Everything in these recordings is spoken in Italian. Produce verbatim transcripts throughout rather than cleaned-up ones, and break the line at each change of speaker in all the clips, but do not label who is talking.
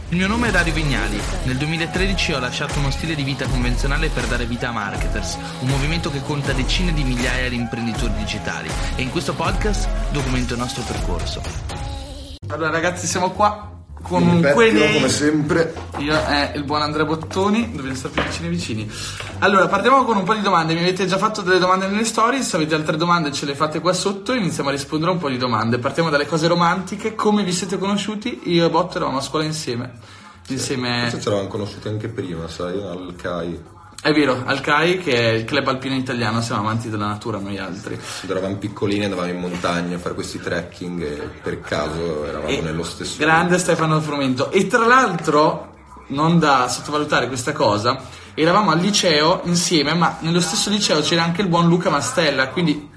Il mio nome è Dario Vignali. Nel duemilatredici ho lasciato uno stile di vita convenzionale per dare vita a Marketers, un movimento che conta decine di migliaia di imprenditori digitali, e in questo podcast documento il nostro percorso. Allora ragazzi, siamo qua con un Q and A,
come sempre.
Io e il buon Andrea Bottoni, dobbiamo stare più vicini vicini. Allora, partiamo con un po' di domande. Mi avete già fatto delle domande nelle stories, se avete altre domande ce le fate qua sotto e iniziamo a rispondere a un po' di domande. Partiamo dalle cose romantiche. Come vi siete conosciuti? Io e Botto eravamo a scuola insieme. Insieme.
Forse ci eravamo conosciuti anche prima, sai, al C A I.
È vero, al C A I, che è il club alpino italiano, siamo amanti della natura noi altri.
Eravamo piccolini, andavamo in montagna a fare questi trekking e per caso eravamo e nello stesso.
Grande Stefano Frumento. E tra l'altro, non da sottovalutare questa cosa, eravamo al liceo insieme, ma nello stesso liceo c'era anche il buon Luca Mastella, quindi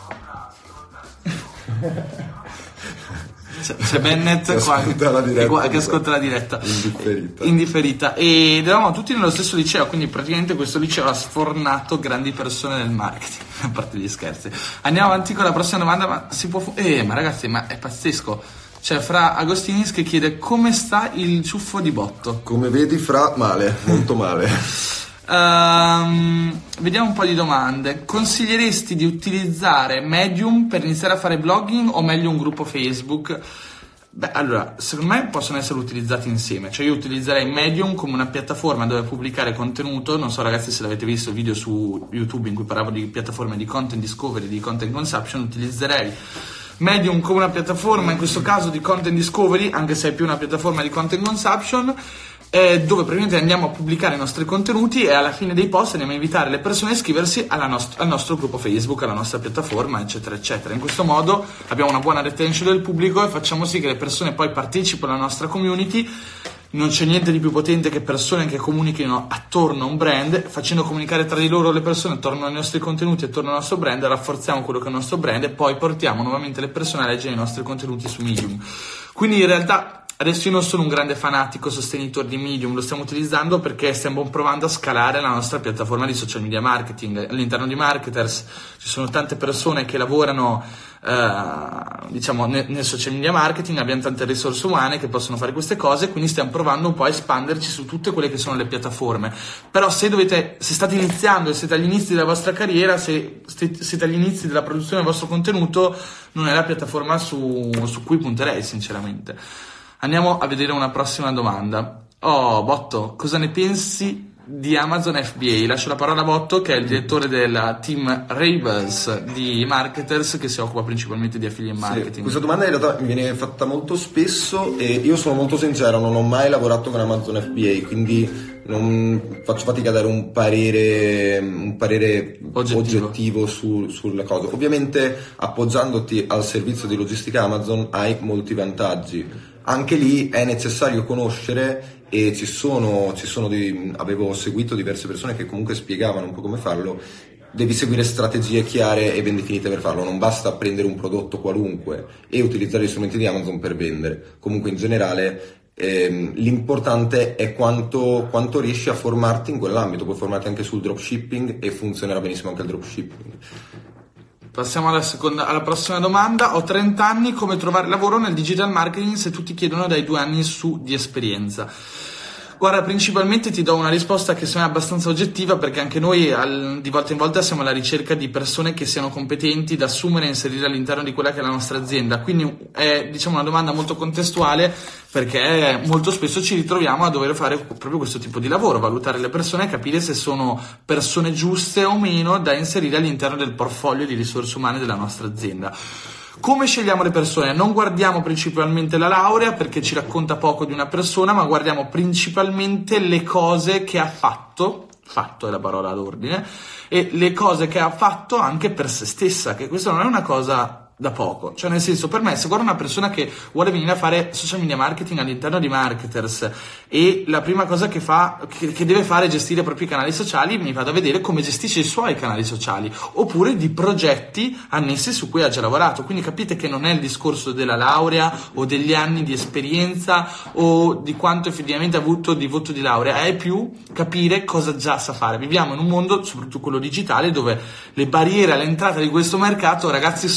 c'è Bennett qua che, diretta, che ascolta la diretta
indifferita.
indifferita ed eravamo tutti nello stesso liceo, quindi praticamente questo liceo ha sfornato grandi persone nel marketing, a parte gli scherzi. Andiamo avanti con la prossima domanda. Ma si può fu- eh ma ragazzi, ma è pazzesco. C'è Fra Agostinis che chiede: come sta il ciuffo di Botto?
Come vedi, Fra, male, molto male.
Um, vediamo un po' di domande. Consiglieresti di utilizzare Medium per iniziare a fare blogging o meglio un gruppo Facebook? Beh, allora, secondo me possono essere utilizzati insieme. Cioè io utilizzerei Medium come una piattaforma dove pubblicare contenuto. Non so ragazzi se l'avete visto il video su YouTube in cui parlavo di piattaforme di content discovery, di content consumption. Utilizzerei Medium come una piattaforma, in questo caso di content discovery, anche se è più una piattaforma di content consumption, eh, dove praticamente andiamo a pubblicare i nostri contenuti e alla fine dei post andiamo a invitare le persone a iscriversi alla nost- al nostro gruppo Facebook, alla nostra piattaforma, eccetera eccetera. In questo modo abbiamo una buona retention del pubblico e facciamo sì che le persone poi partecipino alla nostra community. Non c'è niente di più potente che persone che comunichino attorno a un brand, facendo comunicare tra di loro le persone attorno ai nostri contenuti, attorno al nostro brand, rafforziamo quello che è il nostro brand e poi portiamo nuovamente le persone a leggere i nostri contenuti su Medium. Quindi in realtà adesso io non sono un grande fanatico sostenitore di Medium, lo stiamo utilizzando perché stiamo provando a scalare la nostra piattaforma di social media marketing. All'interno di Marketers ci sono tante persone che lavorano eh, diciamo nel, nel social media marketing, abbiamo tante risorse umane che possono fare queste cose, quindi stiamo provando un po' a espanderci su tutte quelle che sono le piattaforme. Però se dovete, se state iniziando e siete agli inizi della vostra carriera, se siete agli inizi della produzione del vostro contenuto, non è la piattaforma su, su cui punterei sinceramente. Andiamo a vedere una prossima domanda. Oh, Botto, cosa ne pensi di Amazon F B A? Lascio la parola a Botto, che è il direttore del team Ravens di Marketers, che si occupa principalmente di affiliate marketing.
Sì, questa domanda in realtà mi viene fatta molto spesso e io sono molto sincero, non ho mai lavorato con Amazon F B A, quindi non faccio fatica a dare un parere, un parere oggettivo, oggettivo su, sulla cosa. Ovviamente appoggiandoti al servizio di logistica Amazon hai molti vantaggi. Anche lì è necessario conoscere e ci sono, ci sono dei, avevo seguito diverse persone che comunque spiegavano un po' come farlo. Devi seguire strategie chiare e ben definite per farlo, non basta prendere un prodotto qualunque e utilizzare gli strumenti di Amazon per vendere. Comunque in generale ehm, l'importante è quanto, quanto riesci a formarti in quell'ambito. Puoi formarti anche sul dropshipping e funzionerà benissimo anche il dropshipping.
Passiamo alla, seconda, alla prossima domanda. Ho trenta anni, come trovare lavoro nel digital marketing se tutti chiedono dai due anni su di esperienza? Guarda, principalmente ti do una risposta che secondo me è abbastanza oggettiva, perché anche noi al, di volta in volta siamo alla ricerca di persone che siano competenti da assumere e inserire all'interno di quella che è la nostra azienda. Quindi è, diciamo, una domanda molto contestuale, perché molto spesso ci ritroviamo a dover fare proprio questo tipo di lavoro, valutare le persone e capire se sono persone giuste o meno da inserire all'interno del portfolio di risorse umane della nostra azienda. Come scegliamo le persone? Non guardiamo principalmente la laurea, perché ci racconta poco di una persona, ma guardiamo principalmente le cose che ha fatto, fatto è la parola d'ordine, e le cose che ha fatto anche per se stessa, che questa non è una cosa da poco. Cioè, nel senso, per me, se guardo una persona che vuole venire a fare social media marketing all'interno di Marketers e la prima cosa che fa, che, che deve fare è gestire i propri canali sociali, mi vado a vedere come gestisce i suoi canali sociali, oppure di progetti annessi su cui ha già lavorato. Quindi capite che non è il discorso della laurea o degli anni di esperienza o di quanto effettivamente ha avuto di voto di laurea, è più capire cosa già sa fare. Viviamo in un mondo, soprattutto quello digitale, dove le barriere all'entrata di questo mercato, ragazzi, sono bassissime.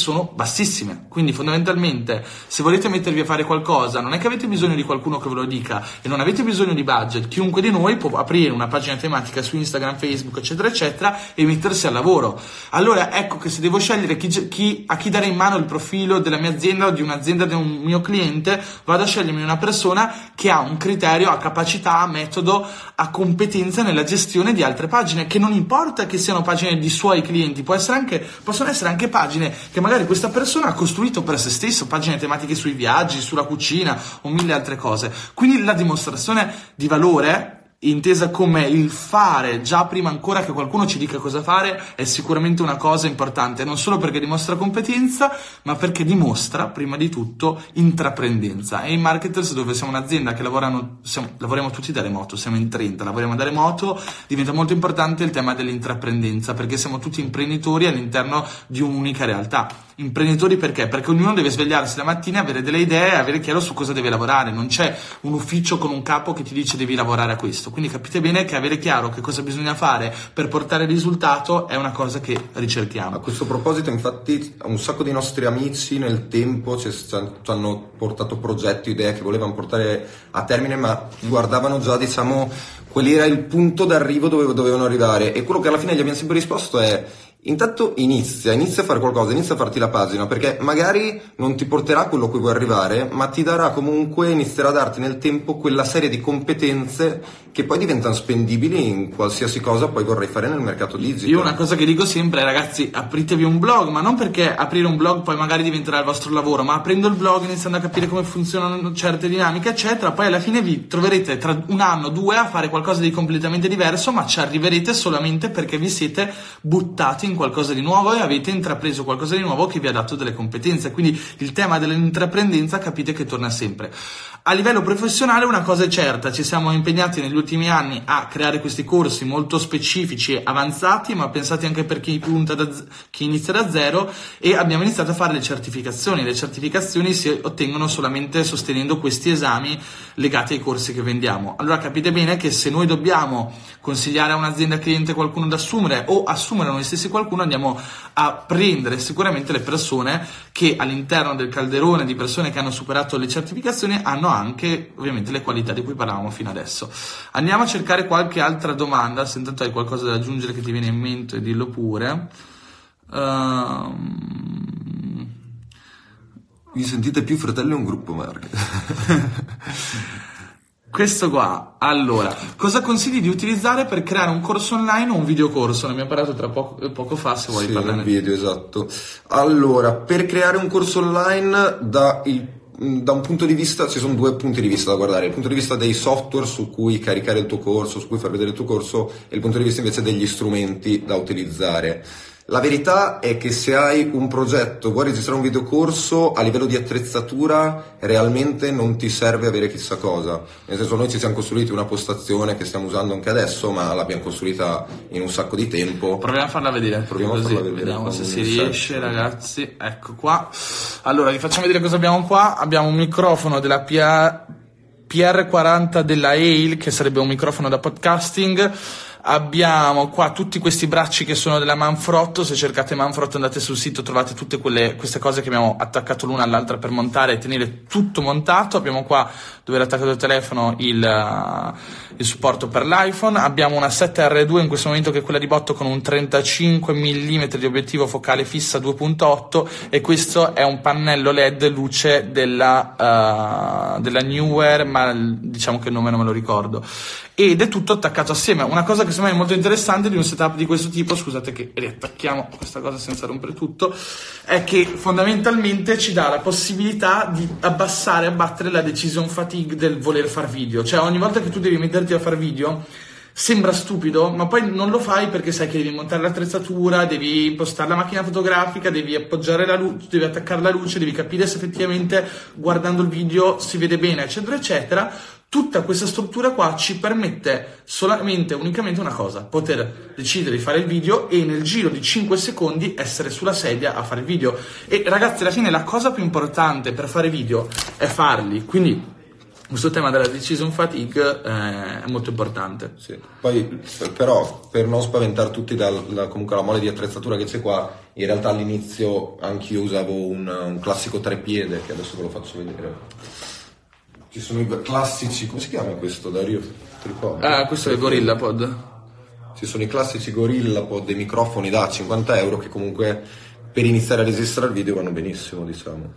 bassissime, quindi fondamentalmente se volete mettervi a fare qualcosa non è che avete bisogno di qualcuno che ve lo dica e non avete bisogno di budget, chiunque di noi può aprire una pagina tematica su Instagram, Facebook eccetera eccetera e mettersi al lavoro. Allora ecco che se devo scegliere chi, chi, a chi dare in mano il profilo della mia azienda o di un'azienda di un mio cliente, vado a scegliermi una persona che ha un criterio, ha capacità, ha metodo, ha competenza nella gestione di altre pagine, che non importa che siano pagine di suoi clienti, può essere anche, possono essere anche pagine che magari questa persona ha costruito per se stesso, pagine tematiche sui viaggi, sulla cucina o mille altre cose. Quindi la dimostrazione di valore, intesa come il fare già prima ancora che qualcuno ci dica cosa fare, è sicuramente una cosa importante, non solo perché dimostra competenza, ma perché dimostra prima di tutto intraprendenza. E in Marketers, dove siamo un'azienda che lavorano, siamo, lavoriamo tutti da remoto, siamo in trenta, lavoriamo da remoto, diventa molto importante il tema dell'intraprendenza, perché siamo tutti imprenditori all'interno di un'unica realtà. Imprenditori perché? Perché ognuno deve svegliarsi la mattina, avere delle idee, avere chiaro su cosa deve lavorare, non c'è un ufficio con un capo che ti dice devi lavorare a questo. Quindi capite bene che avere chiaro che cosa bisogna fare per portare il risultato è una cosa che ricerchiamo.
A questo proposito, infatti, un sacco di nostri amici nel tempo ci hanno portato progetti, idee che volevano portare a termine, ma guardavano già, diciamo, qual era il punto d'arrivo dove dovevano arrivare, e quello che alla fine gli abbiamo sempre risposto è: intanto inizia, inizia a fare qualcosa, inizia a farti la pagina, perché magari non ti porterà a quello a cui vuoi arrivare, ma ti darà comunque, inizierà a darti nel tempo quella serie di competenze che poi diventano spendibili in qualsiasi cosa poi vorrai fare nel mercato digital.
Io una cosa che dico sempre è: ragazzi, apritevi un blog, ma non perché aprire un blog poi magari diventerà il vostro lavoro, ma aprendo il blog, iniziando a capire come funzionano certe dinamiche eccetera, poi alla fine vi troverete tra un anno, due a fare qualcosa di completamente diverso, ma ci arriverete solamente perché vi siete buttati in qualcosa di nuovo e avete intrapreso qualcosa di nuovo che vi ha dato delle competenze. Quindi il tema dell'intraprendenza capite che torna sempre. A livello professionale una cosa è certa: ci siamo impegnati negli ultimi anni a creare questi corsi molto specifici e avanzati, ma pensati anche per chi punta da z- chi inizia da zero, e abbiamo iniziato a fare le certificazioni. Le certificazioni si ottengono solamente sostenendo questi esami legati ai corsi che vendiamo. Allora capite bene che se noi dobbiamo consigliare a un'azienda cliente qualcuno da assumere o assumere noi stessi qualcuno, andiamo a prendere sicuramente le persone che all'interno del calderone di persone che hanno superato le certificazioni hanno anche ovviamente le qualità di cui parlavamo fino adesso. Andiamo a cercare qualche altra domanda, se intanto hai qualcosa da aggiungere che ti viene in mente dillo pure. Um...
Vi sentite più fratelli o un gruppo Mark?
Questo qua, allora, cosa consigli di utilizzare per creare un corso online o un videocorso? Ne abbiamo parlato tra poco, poco fa, se vuoi
sì,
parlare.
un video, esatto. Allora, per creare un corso online, da, il, da un punto di vista, ci sono due punti di vista da guardare: il punto di vista dei software su cui caricare il tuo corso, su cui far vedere il tuo corso, e il punto di vista invece degli strumenti da utilizzare. La verità è che se hai un progetto, vuoi registrare un videocorso, a livello di attrezzatura realmente non ti serve avere chissà cosa. Nel senso, noi ci siamo costruiti una postazione che stiamo usando anche adesso, ma l'abbiamo costruita in un sacco di tempo.
Proviamo a farla vedere.
Proviamo
così,
a farla vedere.
Vediamo se si riesce, ragazzi. Ecco qua. Allora, vi facciamo vedere cosa abbiamo qua. Abbiamo un microfono della P R quaranta della Hale, che sarebbe un microfono da podcasting. Abbiamo qua tutti questi bracci che sono della Manfrotto. Se cercate Manfrotto, andate sul sito, trovate tutte quelle, queste cose che abbiamo attaccato l'una all'altra per montare e tenere tutto montato. Abbiamo qua, dove è attaccato il telefono, il, uh, il supporto per l'iPhone. Abbiamo una sette R due in questo momento, che è quella di botto, con un trentacinque millimetri di obiettivo focale fissa due punto otto, e questo è un pannello L E D luce della, uh, della Neewer, ma diciamo che il nome non me lo ricordo. Ed è tutto attaccato assieme. Una cosa che secondo me è molto interessante di un setup di questo tipo, scusate che riattacchiamo questa cosa senza rompere tutto, è che fondamentalmente ci dà la possibilità di abbassare e abbattere la decision fatigue del voler far video. Cioè, ogni volta che tu devi metterti a far video sembra stupido, ma poi non lo fai perché sai che devi montare l'attrezzatura, devi impostare la macchina fotografica, devi appoggiare la luce, devi attaccare la luce, devi capire se effettivamente guardando il video si vede bene, eccetera eccetera. Tutta questa struttura qua ci permette solamente, unicamente una cosa: poter decidere di fare il video e nel giro di cinque secondi essere sulla sedia a fare il video. E ragazzi, alla fine la cosa più importante per fare video è farli, quindi questo tema della decision fatigue eh, è molto importante.
Sì. Poi però, per non spaventare tutti dalla comunque la mole di attrezzatura che c'è qua, In realtà all'inizio anch'io usavo un, un classico trepiede, che adesso ve lo faccio vedere. Ci sono i classici, come si chiama questo, Dario? Tripod?
Ah, questo è il GorillaPod.
Ci sono i classici GorillaPod, dei microfoni da cinquanta euro che comunque per iniziare a registrare il video vanno benissimo, diciamo.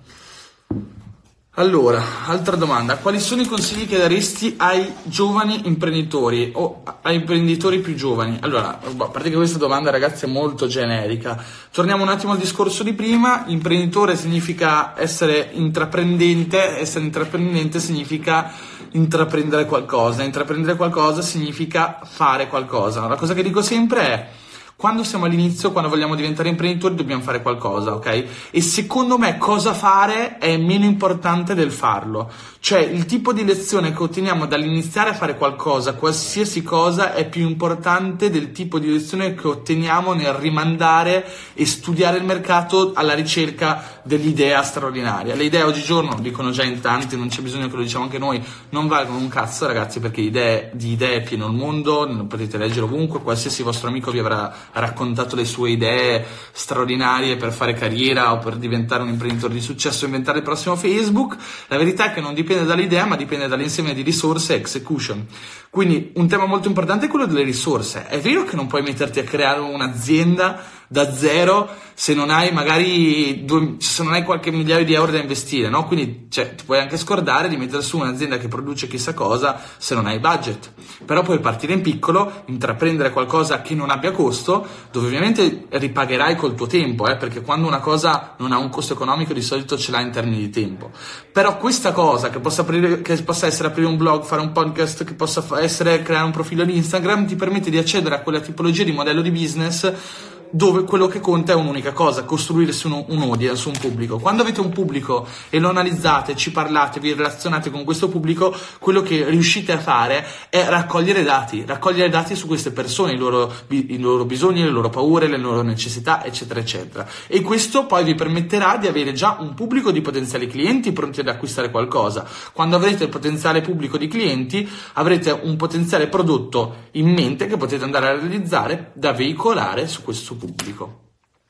Allora, altra domanda, quali sono i consigli che daresti ai giovani imprenditori o ai imprenditori più giovani? Allora, a parte che questa domanda, ragazzi, è molto generica. Torniamo un attimo al discorso di prima. Imprenditore significa essere intraprendente, essere intraprendente significa intraprendere qualcosa, intraprendere qualcosa significa fare qualcosa. La cosa che dico sempre è: quando siamo all'inizio, quando vogliamo diventare imprenditori, dobbiamo fare qualcosa, ok? E secondo me cosa fare è meno importante del farlo. Cioè, il tipo di lezione che otteniamo dall'iniziare a fare qualcosa, qualsiasi cosa, è più importante del tipo di lezione che otteniamo nel rimandare e studiare il mercato alla ricerca dell'idea straordinaria. Le idee oggigiorno, dicono già in tanti, non c'è bisogno che lo diciamo anche noi, non valgono un cazzo, ragazzi, perché idee, di idee è pieno il mondo, potete leggere ovunque, qualsiasi vostro amico vi avrà raccontato le sue idee straordinarie per fare carriera o per diventare un imprenditore di successo, inventare il prossimo Facebook. La verità è che non dipende dall'idea, ma dipende dall'insieme di risorse e execution. Quindi un tema molto importante è quello delle risorse. È vero che non puoi metterti a creare un'azienda da zero se non hai magari due, se non hai qualche migliaio di euro da investire, no? Quindi cioè, ti puoi anche scordare di mettere su un'azienda che produce chissà cosa se non hai budget. Però puoi partire in piccolo, intraprendere qualcosa che non abbia costo, dove ovviamente ripagherai col tuo tempo, eh? Perché quando una cosa non ha un costo economico di solito ce l'ha in termini di tempo. Però questa cosa, che possa, aprire, che possa essere aprire un blog, fare un podcast, che possa essere creare un profilo di Instagram, ti permette di accedere a quella tipologia di modello di business dove quello che conta è un'unica cosa: costruirsi un, un audience, un pubblico. Quando avete un pubblico e lo analizzate, ci parlate, vi relazionate con questo pubblico, quello che riuscite a fare è raccogliere dati, raccogliere dati su queste persone, i loro, i loro bisogni, le loro paure, le loro necessità, eccetera, eccetera. E questo poi vi permetterà di avere già un pubblico di potenziali clienti pronti ad acquistare qualcosa. Quando avrete il potenziale pubblico di clienti, avrete un potenziale prodotto in mente che potete andare a realizzare da veicolare su questo pubblico.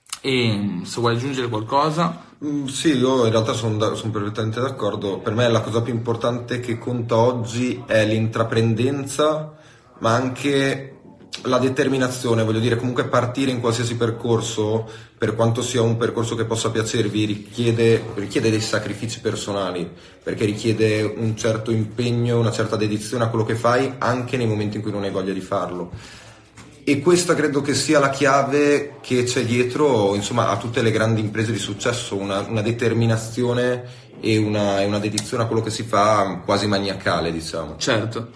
E se vuoi aggiungere qualcosa?
Mm, sì, io in realtà sono, da, sono perfettamente d'accordo. Per me la cosa più importante che conta oggi è l'intraprendenza, ma anche la determinazione. Voglio dire, comunque partire in qualsiasi percorso, per quanto sia un percorso che possa piacervi, richiede, richiede dei sacrifici personali, perché richiede un certo impegno, una certa dedizione a quello che fai, anche nei momenti in cui non hai voglia di farlo. E questa credo che sia la chiave che c'è dietro, insomma, a tutte le grandi imprese di successo, una, una determinazione e una, e una dedizione a quello che si fa quasi maniacale, diciamo.
Certo.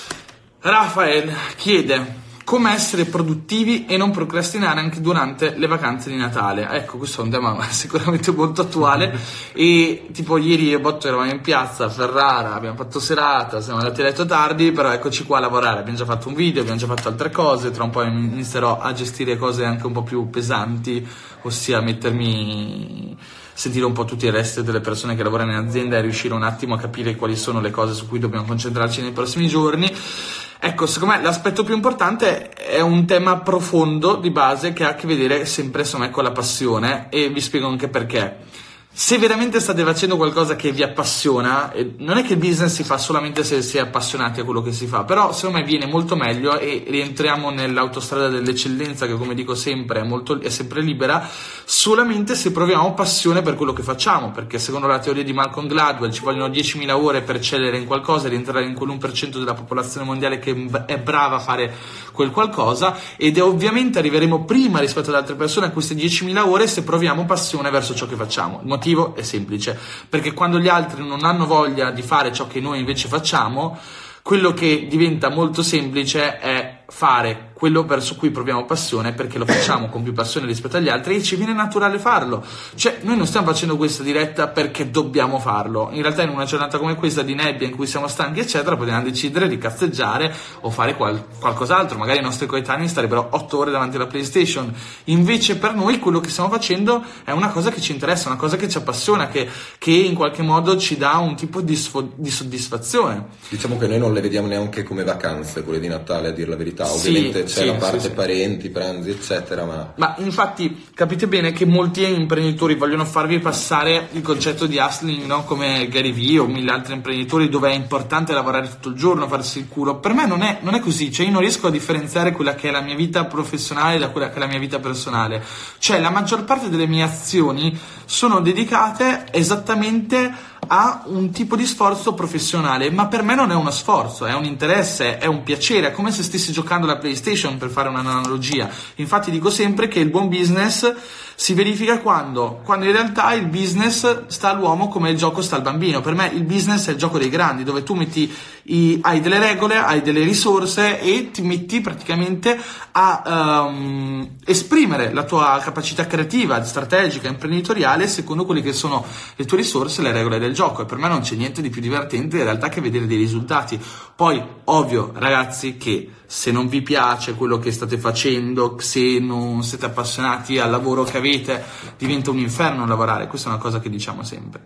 Rafael chiede: come essere produttivi e non procrastinare anche durante le vacanze di Natale? Ecco, questo è un tema sicuramente molto attuale. E tipo ieri e Botto eravamo in piazza a Ferrara, abbiamo fatto serata, siamo andati a letto tardi, però eccoci qua a lavorare, abbiamo già fatto un video, abbiamo già fatto altre cose, tra un po' inizierò a gestire cose anche un po' più pesanti, ossia mettermi... sentire un po' tutti i resti delle persone che lavorano in azienda e riuscire un attimo a capire quali sono le cose su cui dobbiamo concentrarci nei prossimi giorni. Ecco, secondo me l'aspetto più importante è un tema profondo di base che ha a che vedere sempre, insomma, con la passione, e vi spiego anche perché. Se veramente state facendo qualcosa che vi appassiona, non è che il business si fa solamente se si è appassionati a quello che si fa, però secondo me viene molto meglio e rientriamo nell'autostrada dell'eccellenza, che come dico sempre è, molto, è sempre libera, solamente se proviamo passione per quello che facciamo, perché secondo la teoria di Malcolm Gladwell ci vogliono diecimila ore per eccellere in qualcosa e rientrare in quell'uno per cento della popolazione mondiale che è brava a fare quel qualcosa, ed è ovviamente arriveremo prima rispetto ad altre persone a queste diecimila ore se proviamo passione verso ciò che facciamo. Il motivo è semplice, perché quando gli altri non hanno voglia di fare ciò che noi invece facciamo, quello che diventa molto semplice è fare quello verso cui proviamo passione, perché lo facciamo con più passione rispetto agli altri e ci viene naturale farlo. Cioè, noi non stiamo facendo questa diretta perché dobbiamo farlo. In realtà in una giornata come questa di nebbia in cui siamo stanchi eccetera, potevamo decidere di cazzeggiare o fare qual- qualcos'altro. Magari i nostri coetanei starebbero otto ore davanti alla PlayStation. Invece per noi quello che stiamo facendo è una cosa che ci interessa, una cosa che ci appassiona, che, che in qualche modo ci dà un tipo di, sfo- di soddisfazione.
Diciamo che noi non le vediamo neanche come vacanze, quelle di Natale, a dir la verità. priorità.
Sì,
Ovviamente c'è
sì,
la parte
sì, sì.
parenti, pranzi, eccetera, ma...
Ma infatti capite bene che molti imprenditori vogliono farvi passare il concetto di hustling, no? Come Gary Vee o mille altri imprenditori, dove è importante lavorare tutto il giorno, farsi il culo. Per me non è, non è così, cioè io non riesco a differenziare quella che è la mia vita professionale da quella che è la mia vita personale. Cioè la maggior parte delle mie azioni sono dedicate esattamente a un tipo di sforzo professionale, ma per me non è uno sforzo, è un interesse, è un piacere, è come se stessi giocando alla PlayStation, per fare un'analogia. Infatti dico sempre che il buon business si verifica quando, quando in realtà il business sta all'uomo come il gioco sta al bambino. Per me il business è il gioco dei grandi, dove tu metti i, hai delle regole, hai delle risorse e ti metti praticamente a um, esprimere la tua capacità creativa, strategica, imprenditoriale secondo quelle che sono le tue risorse, le regole del gioco. E per me non c'è niente di più divertente in realtà che vedere dei risultati. Poi ovvio ragazzi che se non vi piace quello che state facendo, se non siete appassionati al lavoro che avete, diventa un inferno lavorare. Questa è una cosa che diciamo sempre.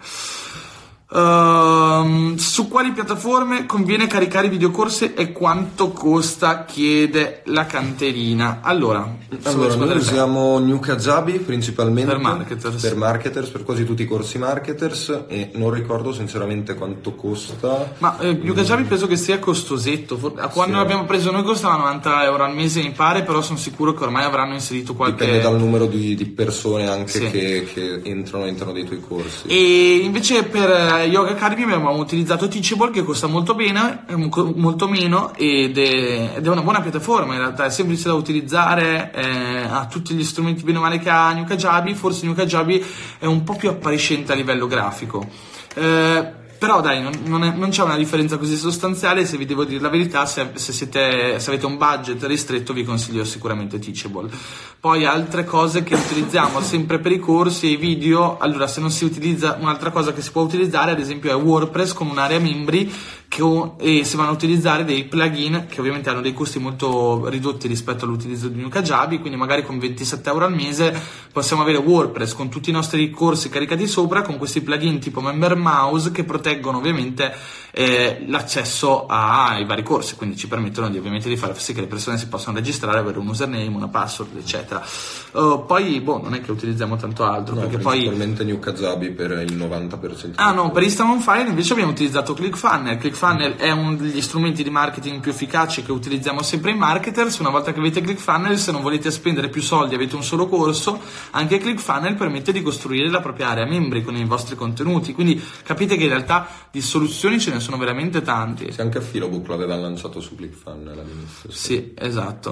Uh, su quali piattaforme conviene caricare i videocorsi e quanto costa, chiede la canterina. Allora,
allora noi usiamo New Kajabi principalmente
per marketers.
per marketers, per quasi tutti i corsi marketers, e non ricordo sinceramente quanto costa.
Ma eh, New Kajabi penso che sia costosetto. Quando
sì.
l'abbiamo preso noi costava novanta euro al mese mi pare, però sono sicuro che ormai avranno inserito qualche...
Dipende dal numero di, di persone anche
sì.
che, che entrano all'interno dei tuoi corsi.
E invece per Yoga Academy abbiamo utilizzato Teachable, che costa molto bene, molto meno, ed è, ed è una buona piattaforma in realtà, è semplice da utilizzare, eh, ha tutti gli strumenti bene o male che ha New Kajabi. Forse New Kajabi è un po' più appariscente a livello grafico, eh, però dai, non, non, è, non c'è una differenza così sostanziale. Se vi devo dire la verità, se, se, siete, se avete un budget ristretto vi consiglio sicuramente Teachable. Poi altre cose che utilizziamo sempre per i corsi e i video, allora se non si utilizza, un'altra cosa che si può utilizzare ad esempio è WordPress con un'area membri, che, e si vanno a utilizzare dei plugin che ovviamente hanno dei costi molto ridotti rispetto all'utilizzo di New Kajabi, quindi magari con ventisette euro al mese possiamo avere WordPress con tutti i nostri corsi caricati sopra, con questi plugin tipo Member Mouse che proteggono ovviamente eh, l'accesso ai vari corsi, quindi ci permettono di ovviamente di far sì che le persone si possano registrare, avere un username, una password, eccetera. Uh, poi boh, non è che utilizziamo tanto altro,
no,
perché
principalmente
poi
New Kajabi per il novanta per cento.
Ah no, per Instagram on Fire invece abbiamo utilizzato ClickFunnels. ClickFunnels mm. è uno degli strumenti di marketing più efficaci che utilizziamo sempre in marketers. Una volta che avete ClickFunnels, se non volete spendere più soldi, avete un solo corso, anche ClickFunnels permette di costruire la propria area membri con i vostri contenuti, quindi capite che in realtà di soluzioni ce ne sono veramente tanti.
Sì, anche Philobook l'aveva lanciato su ClickFunnels all'inizio.
Sì, sì esatto.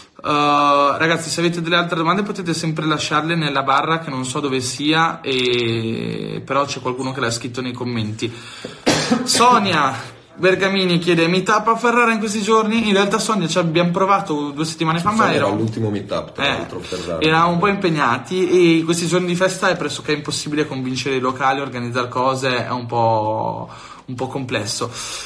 Uh, ragazzi, se avete delle altre domande potete sempre lasciarle nella barra che non so dove sia, e... però c'è qualcuno che l'ha scritto nei commenti. Sonia Bergamini chiede: meetup a Ferrara in questi giorni? In realtà Sonia ci abbiamo provato due settimane fa, ma
era
era
l'ultimo meetup tra
eh,
l'altro Ferrara.
Eravamo un po' impegnati e questi giorni di festa è pressoché impossibile convincere i locali, organizzare cose, è un po', un po' complesso.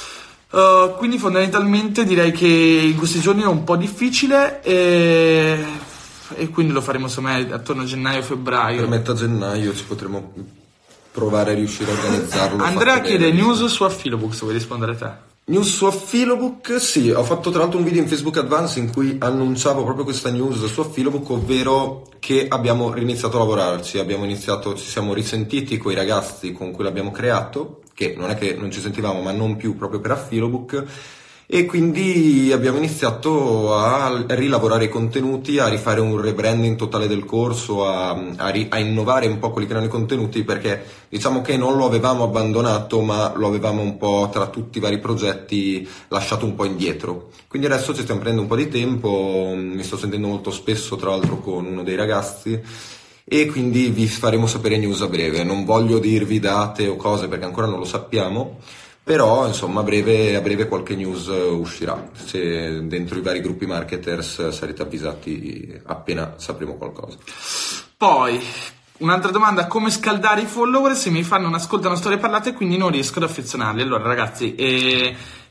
Uh, quindi fondamentalmente direi che in questi giorni è un po' difficile e, e quindi lo faremo insomma attorno a gennaio-febbraio.
Per metà gennaio ci potremo provare a riuscire a organizzarlo.
Andrea chiede news su Affilobook, se vuoi rispondere te.
News su Affilobook, sì, ho fatto tra l'altro un video in Facebook Advance in cui annunciavo proprio questa news su Affilobook, ovvero che abbiamo riniziato a lavorarci, abbiamo iniziato, ci siamo risentiti con i ragazzi con cui l'abbiamo creato, che non è che non ci sentivamo, ma non più proprio per Affilobook, e quindi abbiamo iniziato a rilavorare i contenuti, a rifare un rebranding totale del corso, a, a, ri, a innovare un po' quelli che erano i contenuti, perché diciamo che non lo avevamo abbandonato, ma lo avevamo un po' tra tutti i vari progetti lasciato un po' indietro. Quindi adesso ci stiamo prendendo un po' di tempo, mi sto sentendo molto spesso tra l'altro con uno dei ragazzi, e quindi vi faremo sapere news a breve. Non voglio dirvi date o cose perché ancora non lo sappiamo, però insomma a breve, a breve qualche news uscirà, se dentro i vari gruppi marketers sarete avvisati appena sapremo qualcosa.
Poi un'altra domanda: come scaldare i follower se mi fanno un ascoltano storie parlate e quindi non riesco ad affezionarli? Allora ragazzi, eh,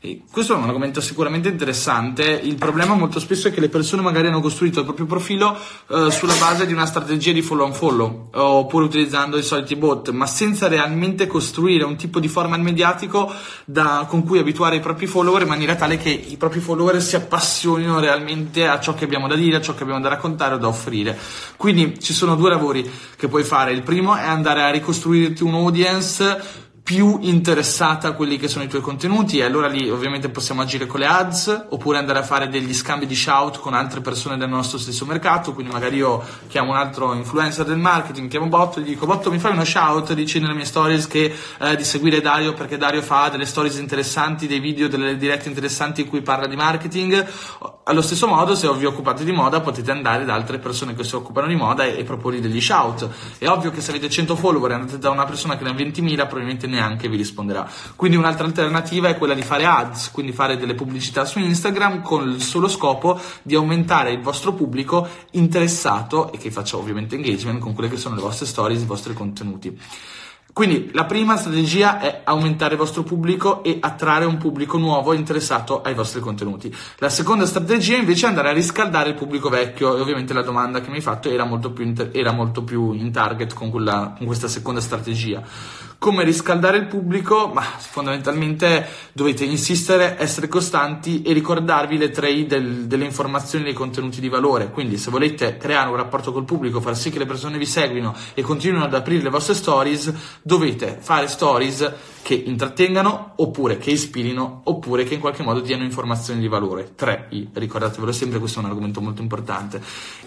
E questo è un argomento sicuramente interessante. Il problema molto spesso è che le persone magari hanno costruito il proprio profilo eh, sulla base di una strategia di follow and follow, oppure utilizzando i soliti bot, ma senza realmente costruire un tipo di format mediatico da, con cui abituare i propri follower in maniera tale che i propri follower si appassionino realmente a ciò che abbiamo da dire, a ciò che abbiamo da raccontare o da offrire. Quindi ci sono due lavori che puoi fare. Il primo è andare a ricostruirti un audience più interessata a quelli che sono i tuoi contenuti, e allora lì ovviamente possiamo agire con le ads, oppure andare a fare degli scambi di shout con altre persone del nostro stesso mercato. Quindi magari io chiamo un altro influencer del marketing, chiamo Botto e gli dico: Botto, mi fai uno shout, dici nelle mie stories che eh, di seguire Dario, perché Dario fa delle stories interessanti, dei video, delle dirette interessanti in cui parla di marketing. Allo stesso modo, se vi occupate di moda, potete andare da altre persone che si occupano di moda e, e proporre degli shout. È ovvio che se avete cento follower e andate da una persona che ne ha ventimila, probabilmente neanche vi risponderà. Quindi un'altra alternativa è quella di fare ads, quindi fare delle pubblicità su Instagram con il solo scopo di aumentare il vostro pubblico interessato e che faccia ovviamente engagement con quelle che sono le vostre stories, i vostri contenuti. Quindi la prima strategia è aumentare il vostro pubblico e attrarre un pubblico nuovo interessato ai vostri contenuti. La seconda strategia invece è andare a riscaldare il pubblico vecchio, e ovviamente la domanda che mi hai fatto era molto più, inter- era molto più in target con, quella, con questa seconda strategia. Come riscaldare il pubblico? Ma fondamentalmente dovete insistere, essere costanti e ricordarvi le tre I del, delle informazioni e dei contenuti di valore. Quindi se volete creare un rapporto col pubblico, far sì che le persone vi seguino e continuino ad aprire le vostre stories, dovete fare stories che intrattengano, oppure che ispirino, oppure che in qualche modo diano informazioni di valore. tre I, ricordatevelo sempre, questo è un argomento molto importante.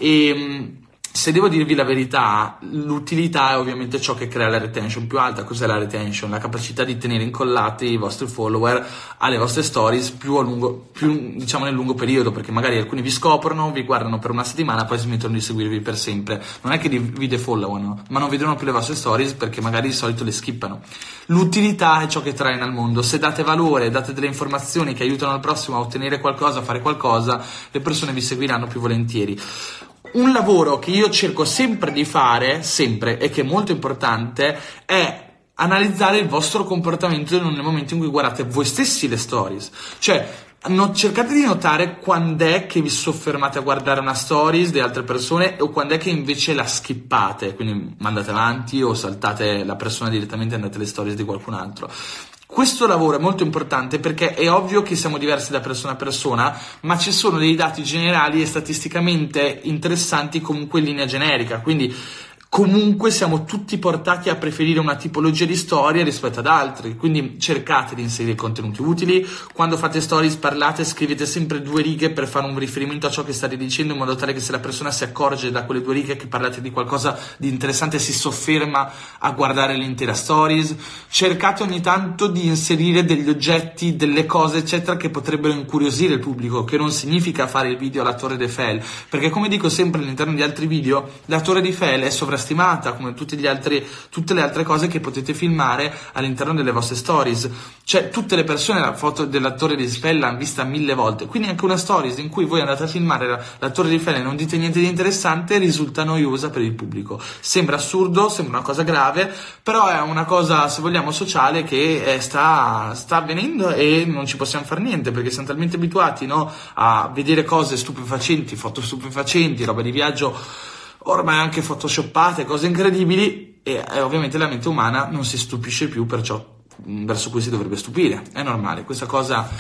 E se devo dirvi la verità, l'utilità è ovviamente ciò che crea la retention più alta. Cos'è la retention? La capacità di tenere incollati i vostri follower alle vostre stories più a lungo, più diciamo nel lungo periodo, perché magari alcuni vi scoprono, vi guardano per una settimana, poi smettono di seguirvi per sempre. Non è che vi defollowano, ma non vedono più le vostre stories perché magari di solito le skippano. L'utilità è ciò che trae nel mondo. Se date valore, date delle informazioni che aiutano il prossimo a ottenere qualcosa, a fare qualcosa, le persone vi seguiranno più volentieri. Un lavoro che io cerco sempre di fare, sempre, e che è molto importante, è analizzare il vostro comportamento nel momento in cui guardate voi stessi le stories. Cioè, no, cercate di notare quando è che vi soffermate a guardare una stories di altre persone o quando è che invece la skippate, quindi mandate avanti o saltate la persona direttamente e andate alle stories di qualcun altro. Questo lavoro è molto importante perché è ovvio che siamo diversi da persona a persona, ma ci sono dei dati generali e statisticamente interessanti comunque in linea generica, quindi comunque siamo tutti portati a preferire una tipologia di storia rispetto ad altri, quindi cercate di inserire contenuti utili. Quando fate stories parlate, scrivete sempre due righe per fare un riferimento a ciò che state dicendo, in modo tale che se la persona si accorge da quelle due righe che parlate di qualcosa di interessante si sofferma a guardare l'intera stories. Cercate ogni tanto di inserire degli oggetti, delle cose eccetera che potrebbero incuriosire il pubblico, che non significa fare il video alla Torre Eiffel, perché come dico sempre all'interno di altri video, la Torre Eiffel è sovrastimata come tutti gli altri, tutte le altre cose che potete filmare all'interno delle vostre stories. Cioè, tutte le persone la foto della Torre di Eiffel l'hanno vista mille volte, quindi anche una stories in cui voi andate a filmare la, la Torre di Eiffel e non dite niente di interessante risulta noiosa per il pubblico. Sembra assurdo, sembra una cosa grave, però è una cosa, se vogliamo, sociale che è, sta, sta avvenendo e non ci possiamo fare niente, perché siamo talmente abituati, no, a vedere cose stupefacenti, foto stupefacenti, roba di viaggio ormai anche photoshoppate, cose incredibili, e, e ovviamente la mente umana non si stupisce più per ciò verso cui si dovrebbe stupire. È normale, questa cosa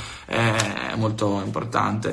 è molto importante.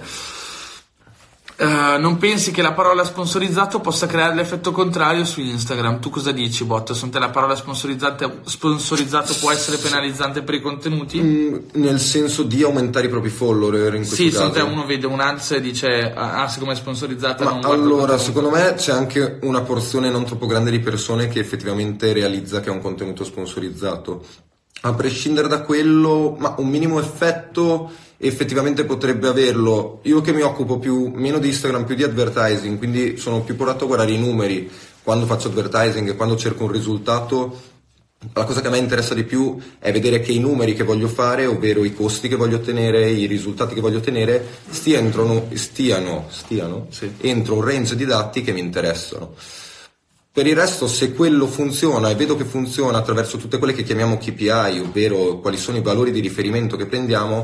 Uh, non pensi che la parola sponsorizzato possa creare l'effetto contrario su Instagram? Tu cosa dici, Bot? Secondo te la parola sponsorizzato, sponsorizzato può essere penalizzante per i contenuti?
Mm, nel senso di aumentare i propri follower in questo
sì,
caso? Sì,
secondo te uno vede un ads e dice ah, siccome è sponsorizzata
Ma
non guardo.
Allora, secondo me c'è anche una porzione non troppo grande di persone che effettivamente realizza che è un contenuto sponsorizzato. A prescindere da quello, ma un minimo effetto effettivamente potrebbe averlo. Io che mi occupo più meno di Instagram, più di advertising, quindi sono più portato a guardare i numeri quando faccio advertising e quando cerco un risultato. La cosa che a me interessa di più è vedere che i numeri che voglio fare, ovvero i costi che voglio ottenere, i risultati che voglio ottenere, stiano, stiano, stiano
sì.
entro un range di dati che mi interessano. Per il resto, se quello funziona, e vedo che funziona attraverso tutte quelle che chiamiamo K P I, ovvero quali sono i valori di riferimento che prendiamo,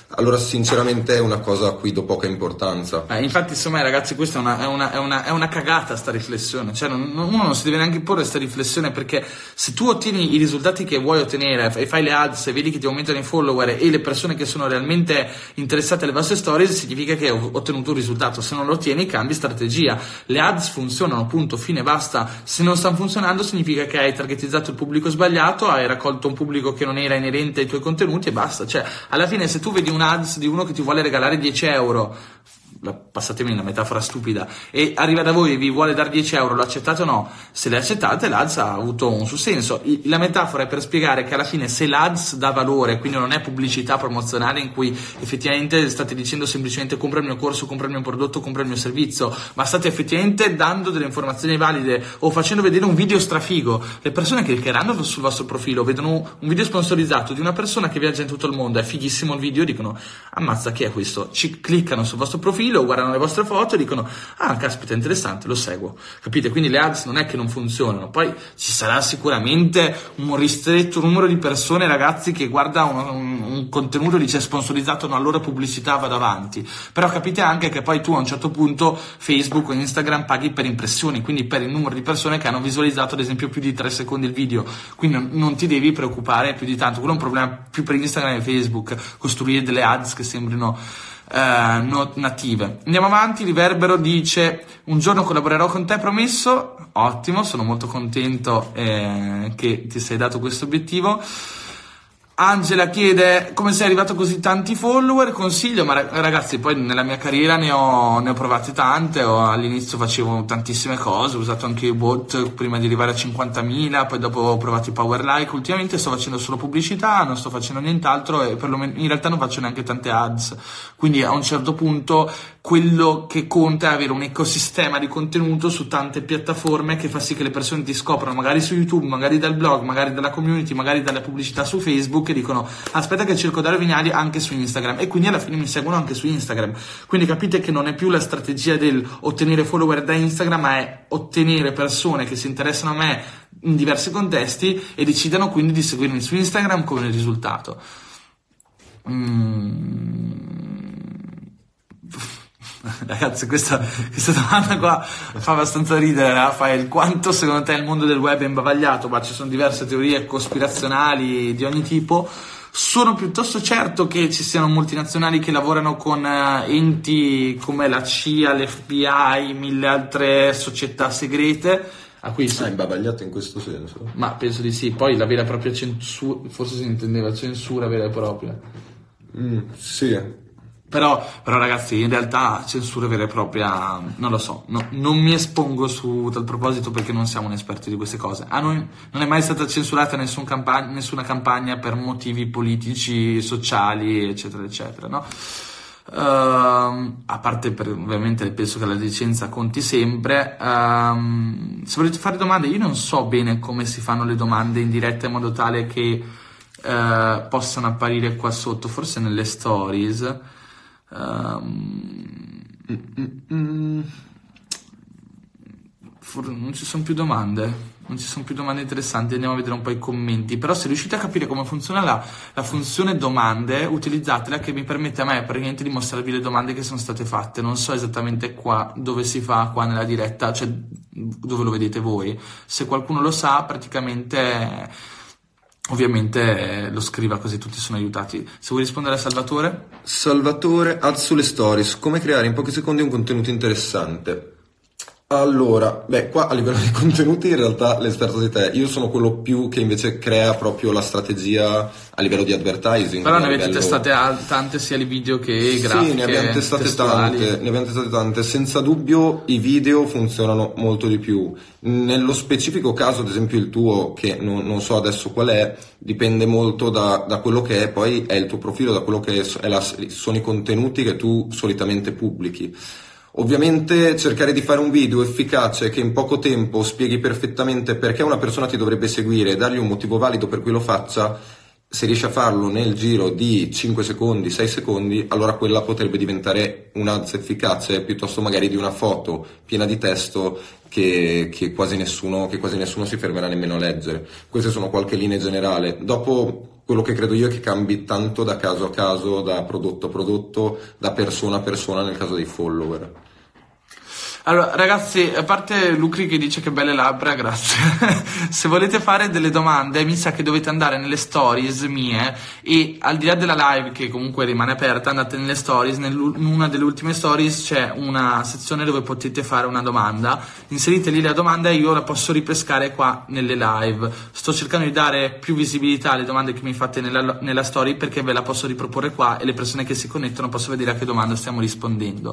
allora sinceramente è una cosa a cui do poca importanza.
Eh, infatti insomma ragazzi, questa è una, è una, è una, è una cagata sta riflessione, cioè non, uno non si deve neanche porre questa riflessione, perché se tu ottieni i risultati che vuoi ottenere e fai le ads e vedi che ti aumentano i follower e le persone che sono realmente interessate alle vostre stories, significa che hai ottenuto un risultato. Se non lo ottieni, cambi strategia. Le ads funzionano, punto, fine, basta. Se non stanno funzionando significa che hai targetizzato il pubblico sbagliato, hai raccolto un pubblico che non era inerente ai tuoi contenuti e basta. Cioè alla fine, se tu vedi un ads di uno che ti vuole regalare dieci euro, passatemi una metafora stupida, e arriva da voi e vi vuole dare dieci euro, lo accettate o no? Se le accettate, l'Ads ha avuto un suo senso. La metafora è per spiegare che alla fine, se l'Ads dà valore, quindi non è pubblicità promozionale in cui effettivamente state dicendo semplicemente compra il mio corso, compra il mio prodotto, compra il mio servizio, ma state effettivamente dando delle informazioni valide o facendo vedere un video strafigo, le persone che cliccheranno sul vostro profilo vedono un video sponsorizzato di una persona che viaggia in tutto il mondo, è fighissimo il video, dicono ammazza, chi è questo? Ci cliccano sul vostro profilo, guardano le vostre foto e dicono ah caspita, interessante, lo seguo, capite? Quindi le ads non è che non funzionano. Poi ci sarà sicuramente un ristretto numero di persone, ragazzi, che guarda un, un, un contenuto e dice sponsorizzato, no, allora pubblicità, vado avanti. Però capite anche che poi tu a un certo punto Facebook o Instagram paghi per impressioni, quindi per il numero di persone che hanno visualizzato ad esempio più di tre secondi il video, quindi non, non ti devi preoccupare più di tanto. Quello è un problema più per Instagram e Facebook, costruire delle ads che sembrino Uh, not native. Andiamo avanti. Riverbero dice un giorno collaborerò con te, promesso. Ottimo, sono molto contento eh, che ti sei dato questo obiettivo. Angela chiede come sei arrivato a così tanti follower, consiglio, ma ragazzi poi nella mia carriera ne ho, ne ho provate tante, ho, all'inizio facevo tantissime cose, ho usato anche i bot prima di arrivare a cinquantamila, poi dopo ho provato i power like, ultimamente sto facendo solo pubblicità, non sto facendo nient'altro e perlomeno in realtà non faccio neanche tante ads, quindi a un certo punto quello che conta è avere un ecosistema di contenuto su tante piattaforme che fa sì che le persone ti scoprano magari su YouTube, magari dal blog, magari dalla community, magari dalle pubblicità su Facebook, che dicono aspetta che cerco Dario Vignali anche su Instagram, e quindi alla fine mi seguono anche su Instagram. Quindi capite che non è più la strategia del ottenere follower da Instagram, ma è ottenere persone che si interessano a me in diversi contesti e decidano quindi di seguirmi su Instagram come risultato. mm. Ragazzi, questa, questa domanda qua fa abbastanza ridere, Raffaele. Quanto secondo te il mondo del web è imbavagliato? Ma ci sono diverse teorie cospirazionali di ogni tipo. Sono piuttosto certo che ci siano multinazionali che lavorano con enti come la C I A, l'F B I, mille altre società segrete a cui
è imbavagliato in questo senso.
Ma penso di sì. Poi la vera e propria censura, forse si intendeva censura vera e propria.
Mm, sì.
Però, però ragazzi, in realtà censura vera e propria non lo so, no, non mi espongo su tal proposito perché non siamo esperti di queste cose. A noi non è mai stata censurata nessun campagna, nessuna campagna per motivi politici, sociali, eccetera eccetera, no? Uh, a parte per, ovviamente penso che la licenza conti sempre. Uh, se volete fare domande, io non so bene come si fanno le domande in diretta in modo tale che uh, possano apparire qua sotto, forse nelle stories. Um, mm, mm, non ci sono più domande, non ci sono più domande interessanti. Andiamo a vedere un po' i commenti. Però se riuscite a capire come funziona la, la funzione domande, utilizzatela, che mi permette a me praticamente di mostrarvi le domande che sono state fatte. Non so esattamente qua dove si fa, qua nella diretta, cioè dove lo vedete voi. Se qualcuno lo sa, praticamente ovviamente eh, lo scriva, così tutti sono aiutati. Se vuoi rispondere a Salvatore?
Salvatore, ads sulle stories, come creare in pochi secondi un contenuto interessante. Allora, beh, qua a livello di contenuti in realtà l'esperto di te, io sono quello più che invece crea proprio la strategia a livello di advertising.
Però ne avete
livello...
testate tante, sia di video che grafiche.
Sì, ne abbiamo testate
testuali.
tante, ne abbiamo testate tante. Senza dubbio i video funzionano molto di più. Nello specifico caso, ad esempio il tuo, che non, non so adesso qual è, dipende molto da, da quello che è, poi è il tuo profilo, da quello che è la, sono i contenuti che tu solitamente pubblichi. Ovviamente cercare di fare un video efficace che in poco tempo spieghi perfettamente perché una persona ti dovrebbe seguire e dargli un motivo valido per cui lo faccia, se riesci a farlo nel giro di cinque secondi, sei secondi, allora quella potrebbe diventare un'ads efficace piuttosto magari di una foto piena di testo che, che quasi nessuno, che quasi nessuno si fermerà nemmeno a leggere. Queste sono qualche linea generale. Dopo quello che credo io è che cambi tanto da caso a caso, da prodotto a prodotto, da persona a persona nel caso dei follower.
Allora ragazzi, a parte Lucri che dice che belle labbra, grazie. Se volete fare delle domande mi sa che dovete andare nelle stories mie, e al di là della live che comunque rimane aperta, andate nelle stories, in una delle ultime stories c'è una sezione dove potete fare una domanda, inserite lì la domanda e io la posso ripescare qua nelle live. Sto cercando di dare più visibilità alle domande che mi fate nella, nella story, perché ve la posso riproporre qua e le persone che si connettono possono vedere a che domanda stiamo rispondendo.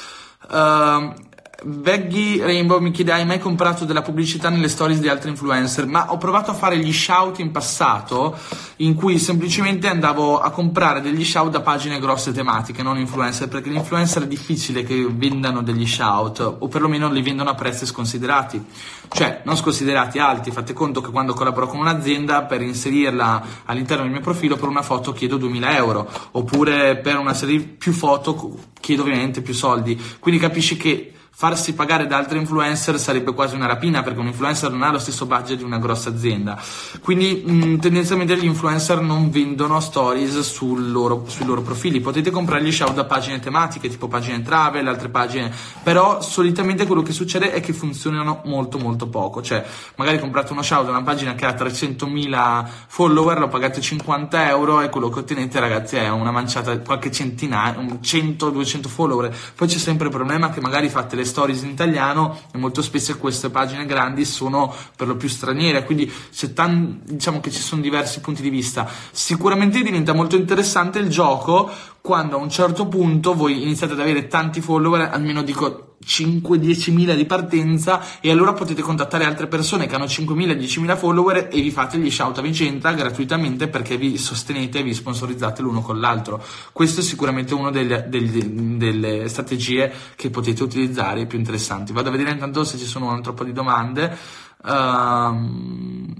Uh, Veggie Rainbow mi chiede: hai mai comprato della pubblicità nelle stories di altri influencer? Ma ho provato a fare gli shout in passato, in cui semplicemente andavo a comprare degli shout da pagine grosse tematiche, non influencer, perché gli influencer è difficile che vendano degli shout, o perlomeno li vendono a prezzi sconsiderati, cioè non sconsiderati, alti. Fate conto che quando collaboro con un'azienda, per inserirla all'interno del mio profilo per una foto chiedo duemila euro, oppure per una serie di più foto chiedo ovviamente più soldi, quindi capisci che farsi pagare da altri influencer sarebbe quasi una rapina, perché un influencer non ha lo stesso budget di una grossa azienda. Quindi mh, tendenzialmente gli influencer non vendono stories sul loro, sui loro profili. Potete comprare gli shout da pagine tematiche, tipo pagine travel, altre pagine, però solitamente quello che succede è che funzionano molto molto poco. Cioè magari comprate uno shout da una pagina che ha trecentomila follower, lo pagate cinquanta euro e quello che ottenete, ragazzi, è una manciata, qualche centinaio, cento duecento follower. Poi c'è sempre il problema che magari fate le stories in italiano e molto spesso queste pagine grandi sono per lo più straniere, quindi c'è tan, diciamo che ci sono diversi punti di vista. Sicuramente diventa molto interessante il gioco quando a un certo punto voi iniziate ad avere tanti follower, almeno dico cinque dieci mila di partenza, e allora potete contattare altre persone che hanno cinquemila dieci mila follower e vi fate gli shout a vicenda gratuitamente, perché vi sostenete e vi sponsorizzate l'uno con l'altro. Questo è sicuramente una delle, delle, delle strategie che potete utilizzare più interessanti. Vado a vedere intanto se ci sono un altro po' di domande. Um...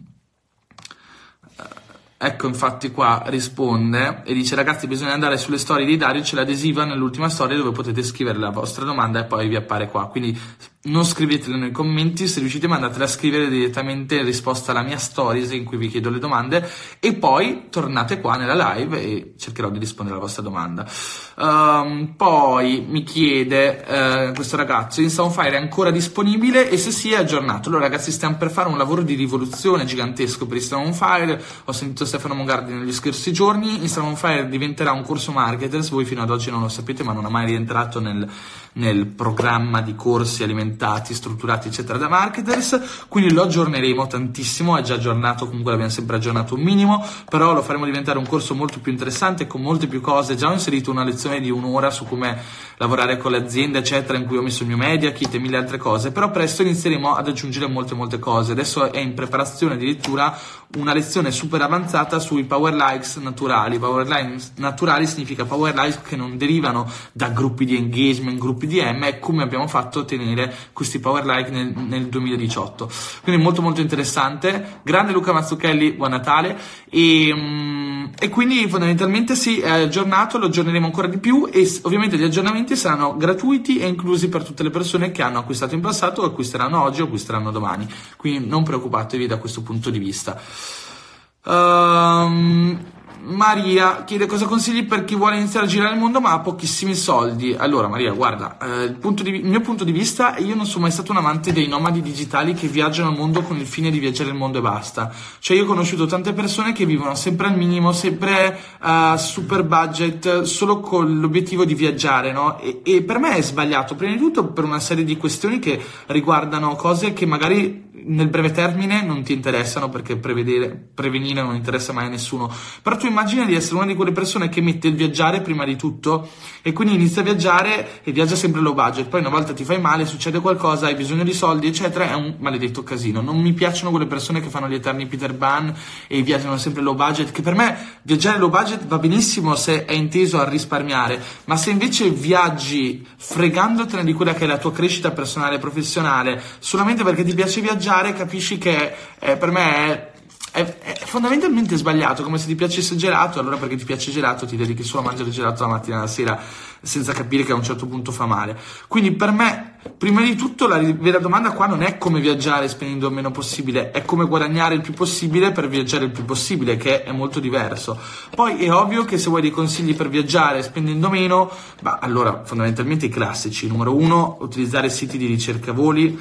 Ecco, infatti qua risponde e dice: ragazzi, bisogna andare sulle storie di Dario, c'è l'adesiva nell'ultima storia dove potete scrivere la vostra domanda e poi vi appare qua, quindi non scrivetela nei commenti, se riuscite mandatela a scrivere direttamente in risposta alla mia stories in cui vi chiedo le domande, e poi tornate qua nella live e cercherò di rispondere alla vostra domanda. Um, poi mi chiede uh, questo ragazzo: Instafire è ancora disponibile e se sì è aggiornato? Allora ragazzi, stiamo per fare un lavoro di rivoluzione gigantesco per Instafire. Ho sentito Stefano Mongardi negli scorsi giorni. Instafire diventerà un corso marketers, voi fino ad oggi non lo sapete, ma non è mai rientrato nel, nel programma di corsi alimentati, strutturati eccetera da marketers, quindi lo aggiorneremo tantissimo. È già aggiornato, comunque l'abbiamo sempre aggiornato un minimo, però lo faremo diventare un corso molto più interessante, con molte più cose. Già ho inserito una lezione di un'ora su come lavorare con le aziende eccetera, in cui ho messo il mio media kit e mille altre cose, però presto inizieremo ad aggiungere molte molte cose. Adesso è in preparazione addirittura una lezione super avanzata sui power likes naturali. Power likes naturali significa power likes che non derivano da gruppi di engagement, gruppi di M, e come abbiamo fatto a ottenere questi power like nel, nel duemiladiciotto. Quindi molto molto interessante. Grande Luca Mazzucchelli, buon Natale. E, um, e quindi fondamentalmente sì, è aggiornato, lo aggiorneremo ancora di più, e ovviamente gli aggiornamenti saranno gratuiti e inclusi per tutte le persone che hanno acquistato in passato, o acquisteranno oggi o acquisteranno domani, quindi non preoccupatevi da questo punto di vista. Um, Maria chiede: cosa consigli per chi vuole iniziare a girare il mondo ma ha pochissimi soldi? Allora Maria, guarda, eh, il, punto di, il mio punto di vista, io non sono mai stato un amante dei nomadi digitali che viaggiano al mondo con il fine di viaggiare il mondo e basta. Cioè io ho conosciuto tante persone che vivono sempre al minimo, sempre a uh, super budget, solo con l'obiettivo di viaggiare, no? E, e per me è sbagliato, prima di tutto per una serie di questioni che riguardano cose che magari nel breve termine non ti interessano, perché prevedere, prevenire non interessa mai a nessuno. Però tu immagina di essere una di quelle persone che mette il viaggiare prima di tutto, e quindi inizia a viaggiare e viaggia sempre low budget, poi una volta ti fai male, succede qualcosa, hai bisogno di soldi eccetera, è un maledetto casino. Non mi piacciono quelle persone che fanno gli eterni Peter Pan e viaggiano sempre low budget, che per me viaggiare low budget va benissimo se è inteso a risparmiare, ma se invece viaggi fregandotene di quella che è la tua crescita personale e professionale solamente perché ti piace viaggiare, capisci che eh, per me è è, è fondamentalmente sbagliato, come se ti piacesse gelato, allora perché ti piace gelato ti dedichi solo a mangiare gelato la mattina e la sera senza capire che a un certo punto fa male. Quindi per me, prima di tutto, la vera domanda qua non è come viaggiare spendendo il meno possibile, è come guadagnare il più possibile per viaggiare il più possibile, che è molto diverso. Poi è ovvio che se vuoi dei consigli per viaggiare spendendo meno, bah, allora fondamentalmente i classici. Numero uno, utilizzare siti di ricerca voli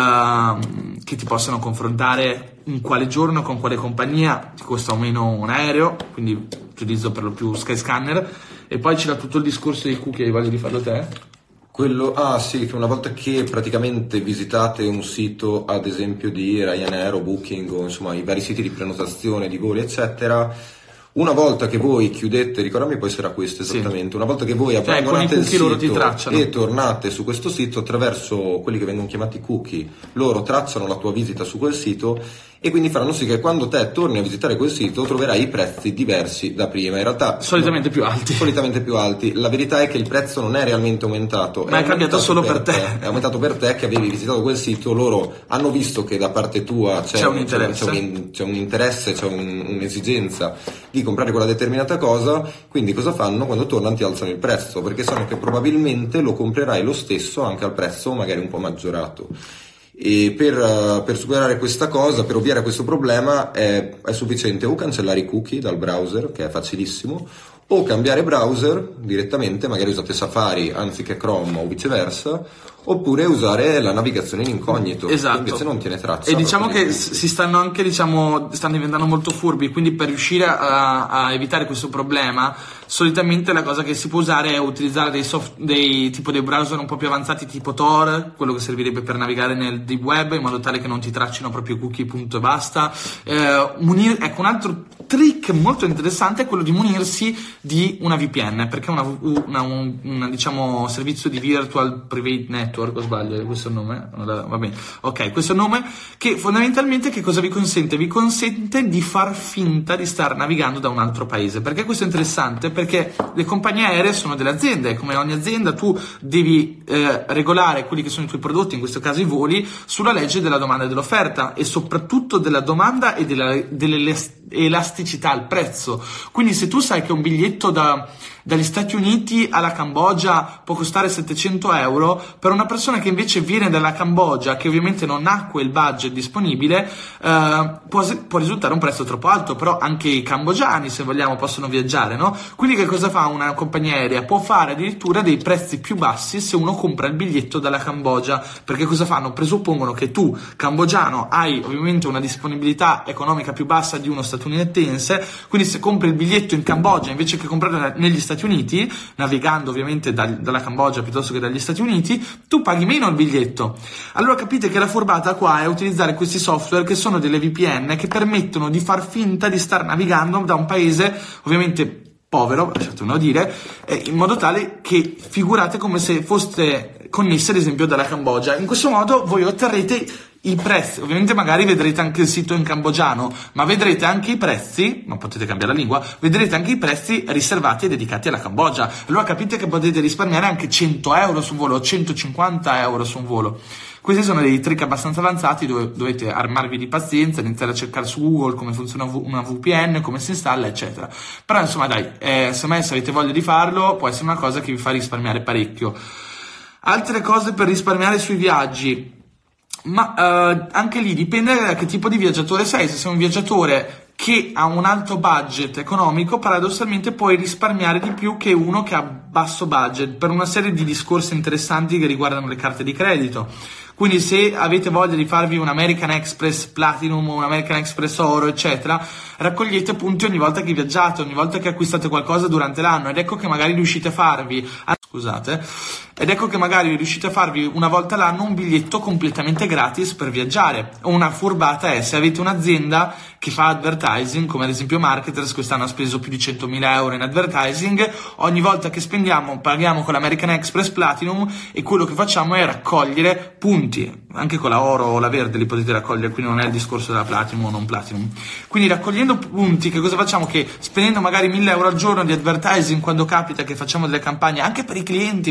ehm, che ti possano confrontare in quale giorno, con quale compagnia ti costa o meno un aereo, quindi utilizzo per lo più Skyscanner. E poi c'era tutto il discorso dei cookie, hai voglia di farlo te?
Quello, ah sì, che una volta che praticamente visitate un sito, ad esempio di Ryanair o Booking o insomma i vari siti di prenotazione di voli eccetera, una volta che voi chiudete, ricordami poi sarà questo esattamente, sì. Una volta che voi
cioè,
abbandonate il
loro ti
sito e tornate su questo sito, attraverso quelli che vengono chiamati cookie, loro tracciano la tua visita su quel sito e quindi faranno sì che quando te torni a visitare quel sito troverai i prezzi diversi da prima. In realtà
solitamente
no,
più alti.
Solitamente più alti. La verità è che il prezzo non è realmente aumentato,
ma è, è cambiato solo per te.
te. È aumentato per te che avevi visitato quel sito, loro hanno visto che da parte tua c'è,
c'è un interesse,
c'è un, c'è un interesse, c'è un, un'esigenza di comprare quella determinata cosa, quindi cosa fanno? Quando tornano ti alzano il prezzo, perché sanno che probabilmente lo comprerai lo stesso anche al prezzo magari un po' maggiorato. E per, uh, per superare questa cosa, per ovviare a questo problema è, è sufficiente o cancellare i cookie dal browser, che è facilissimo, o cambiare browser direttamente, magari usate Safari anziché Chrome o viceversa, oppure usare la navigazione in incognito,
esatto.
Che invece non tiene traccia.
E diciamo che si stanno anche, diciamo, stanno diventando molto furbi, quindi per riuscire a, a evitare questo problema, solitamente la cosa che si può usare è utilizzare dei soft, dei tipo dei browser un po' più avanzati tipo Tor, quello che servirebbe per navigare nel deep web, in modo tale che non ti traccino proprio cookie, punto e basta. Eh, munir, ecco, un altro trick molto interessante è quello di munirsi di una V P N, perché è una, una, un, una, diciamo, servizio di virtual private network, o sbaglio, questo è il nome? Va bene, ok, questo è il nome, che fondamentalmente che cosa vi consente? Vi consente di far finta di star navigando da un altro paese. Perché questo è interessante? Perché le compagnie aeree sono delle aziende, come ogni azienda tu devi eh, regolare quelli che sono i tuoi prodotti, in questo caso i voli, sulla legge della domanda e dell'offerta, e soprattutto della domanda e della, dell'elasticità al prezzo. Quindi se tu sai che un biglietto da dagli Stati Uniti alla Cambogia può costare settecento euro, per una persona che invece viene dalla Cambogia, che ovviamente non ha quel budget disponibile, eh, può, può risultare un prezzo troppo alto. Però anche i cambogiani, se vogliamo, possono viaggiare, no? Quindi che cosa fa una compagnia aerea? Può fare addirittura dei prezzi più bassi se uno compra il biglietto dalla Cambogia, perché cosa fanno? Presuppongono che tu, cambogiano, hai ovviamente una disponibilità economica più bassa di uno statunitense, quindi se compri il biglietto in Cambogia invece che comprarlo negli Stati Uniti, navigando ovviamente da, dalla Cambogia piuttosto che dagli Stati Uniti, tu paghi meno il biglietto. Allora capite che la furbata qua è utilizzare questi software che sono delle V P N che permettono di far finta di star navigando da un paese ovviamente povero, lasciatemelo dire, eh, in modo tale che figurate come se foste connessi ad esempio dalla Cambogia. In questo modo voi otterrete i prezzi, ovviamente magari vedrete anche il sito in cambogiano, ma vedrete anche i prezzi, ma potete cambiare la lingua, vedrete anche i prezzi riservati e dedicati alla Cambogia. Allora capite che potete risparmiare anche cento euro su un volo, centocinquanta euro su un volo. Questi sono dei trick abbastanza avanzati dove dovete armarvi di pazienza, iniziare a cercare su Google come funziona una V P N, come si installa, eccetera. Però insomma dai, eh, secondo me se avete voglia di farlo può essere una cosa che vi fa risparmiare parecchio. Altre cose per risparmiare sui viaggi. Ma uh, anche lì dipende da che tipo di viaggiatore sei. Se sei un viaggiatore che ha un alto budget economico, paradossalmente puoi risparmiare di più che uno che ha basso budget, per una serie di discorsi interessanti che riguardano le carte di credito. Quindi se avete voglia di farvi un American Express Platinum o un American Express Oro, eccetera, raccogliete punti ogni volta che viaggiate, ogni volta che acquistate qualcosa durante l'anno, ed ecco che magari riuscite a farvi scusate ed ecco che magari riuscite a farvi una volta l'anno un biglietto completamente gratis per viaggiare. Una furbata è se avete un'azienda che fa advertising, come ad esempio Marketers, quest'anno ha speso più di centomila euro in advertising, ogni volta che spendiamo paghiamo con l'American Express Platinum e quello che facciamo è raccogliere punti, anche con la oro o la verde li potete raccogliere, quindi non è il discorso della Platinum o non Platinum. Quindi raccogliendo punti, che cosa facciamo? Che spendendo magari mille euro al giorno di advertising, quando capita che facciamo delle campagne anche per i clienti magari,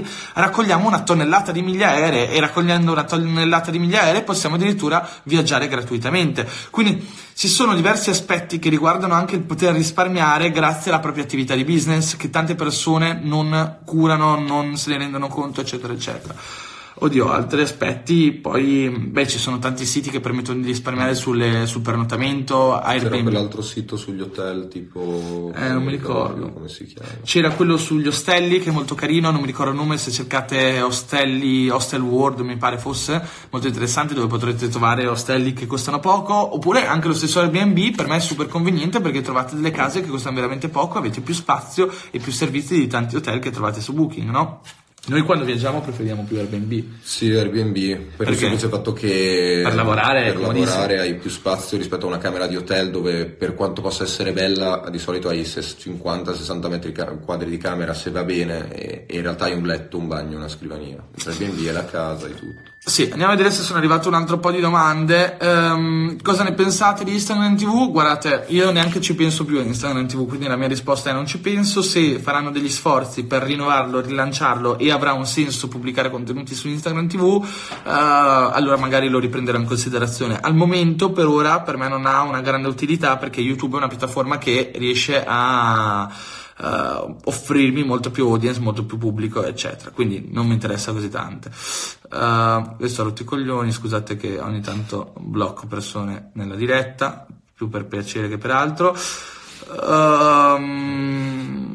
raccogliamo una tonnellata di miglia aeree e raccogliendo una tonnellata di miglia aeree possiamo addirittura viaggiare gratuitamente. Quindi ci sono diversi aspetti che riguardano anche il poter risparmiare grazie alla propria attività di business, che tante persone non curano, non se ne rendono conto, eccetera eccetera. Oddio, altri aspetti, poi beh, ci sono tanti siti che permettono di risparmiare sulle, sul pernottamento, Airbnb.
C'era quell'altro sito sugli hotel, tipo...
Eh, non mi ricordo.
Come si chiama?
C'era quello sugli ostelli, che è molto carino, non mi ricordo il nome, se cercate ostelli, Hostel World mi pare fosse, molto interessante, dove potrete trovare ostelli che costano poco, oppure anche lo stesso Airbnb, per me è super conveniente perché trovate delle case che costano veramente poco, avete più spazio e più servizi di tanti hotel che trovate su Booking, no? Noi quando viaggiamo preferiamo più Airbnb.
Sì, Airbnb, per il semplice fatto che
per lavorare,
per lavorare hai più spazio rispetto a una camera di hotel dove, per quanto possa essere bella, di solito hai cinquanta sessanta metri quadri di camera se va bene, e, e in realtà hai un letto, un bagno, una scrivania. Airbnb è la casa e tutto.
Sì, andiamo a vedere se sono arrivato un altro po' di domande. Um, cosa ne pensate di Instagram T V? Guardate, io neanche ci penso più a Instagram T V, quindi la mia risposta è non ci penso. Se faranno degli sforzi per rinnovarlo, rilanciarlo e avrà un senso pubblicare contenuti su Instagram T V, uh, allora magari lo riprenderò in considerazione. Al momento, per ora, per me non ha una grande utilità, perché YouTube è una piattaforma che riesce a Uh, offrirmi molto più audience, molto più pubblico, eccetera, quindi non mi interessa così tanto. Uh, questo ho rotto i coglioni, scusate che ogni tanto blocco persone nella diretta, più per piacere che per altro. Uh,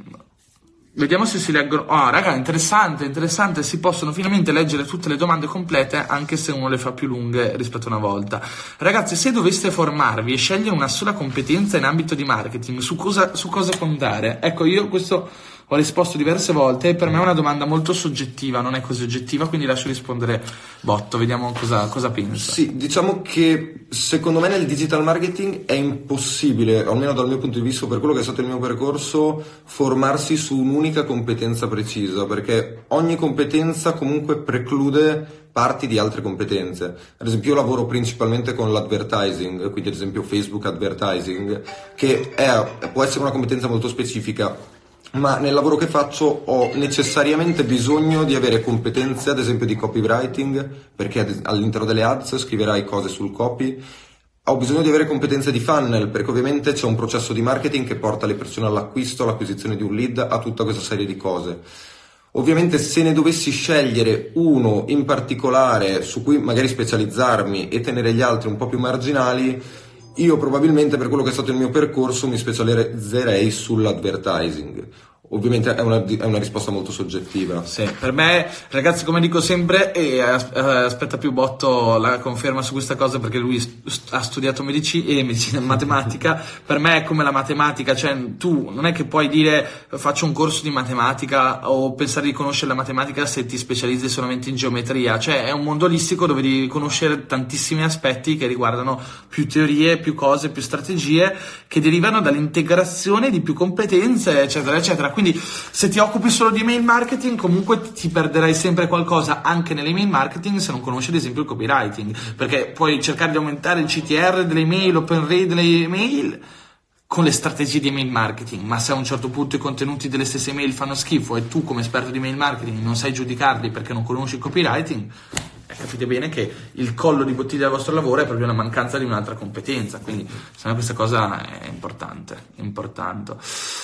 Vediamo se si leggono. Ah, oh, raga, interessante, interessante. Si possono finalmente leggere tutte le domande complete, anche se uno le fa più lunghe rispetto a una volta. Ragazzi, se doveste formarvi e scegliere una sola competenza in ambito di marketing, su cosa, su cosa puntare? Ecco, io questo ho risposto diverse volte e per me è una domanda molto soggettiva, non è così oggettiva, quindi lascio rispondere Botto, vediamo cosa, cosa pensa.
Sì, diciamo che secondo me nel digital marketing è impossibile, almeno dal mio punto di vista, per quello che è stato il mio percorso, formarsi su un'unica competenza precisa, perché ogni competenza comunque preclude parti di altre competenze. Ad esempio io lavoro principalmente con l'advertising, quindi ad esempio Facebook advertising, che è, può essere una competenza molto specifica, ma nel lavoro che faccio ho necessariamente bisogno di avere competenze, ad esempio di copywriting, perché all'interno delle ads scriverai cose sul copy. Ho bisogno di avere competenze di funnel, perché ovviamente c'è un processo di marketing che porta le persone all'acquisto, all'acquisizione di un lead, a tutta questa serie di cose. Ovviamente se ne dovessi scegliere uno in particolare su cui magari specializzarmi e tenere gli altri un po' più marginali, io probabilmente, per quello che è stato il mio percorso, mi specializzerei sull'advertising. Ovviamente è una, è una risposta molto soggettiva.
Sì, per me, ragazzi, come dico sempre, e aspetta più Botto la conferma su questa cosa, perché lui ha studiato medicina e medicina e matematica. Per me è come la matematica, cioè tu non è che puoi dire faccio un corso di matematica o pensare di conoscere la matematica se ti specializzi solamente in geometria. Cioè è un mondo olistico dove devi conoscere tantissimi aspetti che riguardano più teorie, più cose, più strategie, che derivano dall'integrazione di più competenze, eccetera eccetera. Quindi se ti occupi solo di email marketing, comunque ti perderai sempre qualcosa anche nell'email marketing se non conosci ad esempio il copywriting, perché puoi cercare di aumentare il C T R delle email, open rate delle email con le strategie di email marketing, ma se a un certo punto i contenuti delle stesse email fanno schifo e tu come esperto di email marketing non sai giudicarli perché non conosci il copywriting, eh, capite bene che il collo di bottiglia del vostro lavoro è proprio una mancanza di un'altra competenza. Quindi secondo me questa cosa è importante, importante.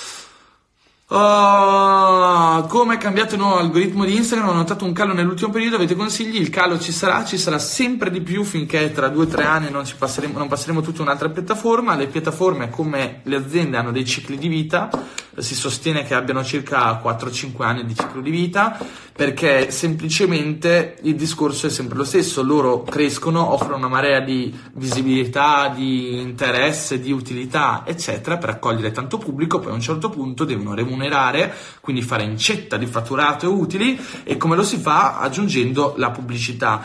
Oh, come è cambiato il nuovo algoritmo di Instagram? Ho notato un calo nell'ultimo periodo, avete consigli? Il calo ci sarà, ci sarà sempre di più finché tra due o tre anni non ci passeremo, non passeremo tutta un'altra piattaforma. Le piattaforme, come le aziende, hanno dei cicli di vita, si sostiene che abbiano circa quattro cinque anni di ciclo di vita, perché semplicemente il discorso è sempre lo stesso: loro crescono, offrono una marea di visibilità, di interesse, di utilità, eccetera, per accogliere tanto pubblico, poi a un certo punto devono remunerare, quindi fare incetta di fatturato e utili, e come lo si fa? Aggiungendo la pubblicità.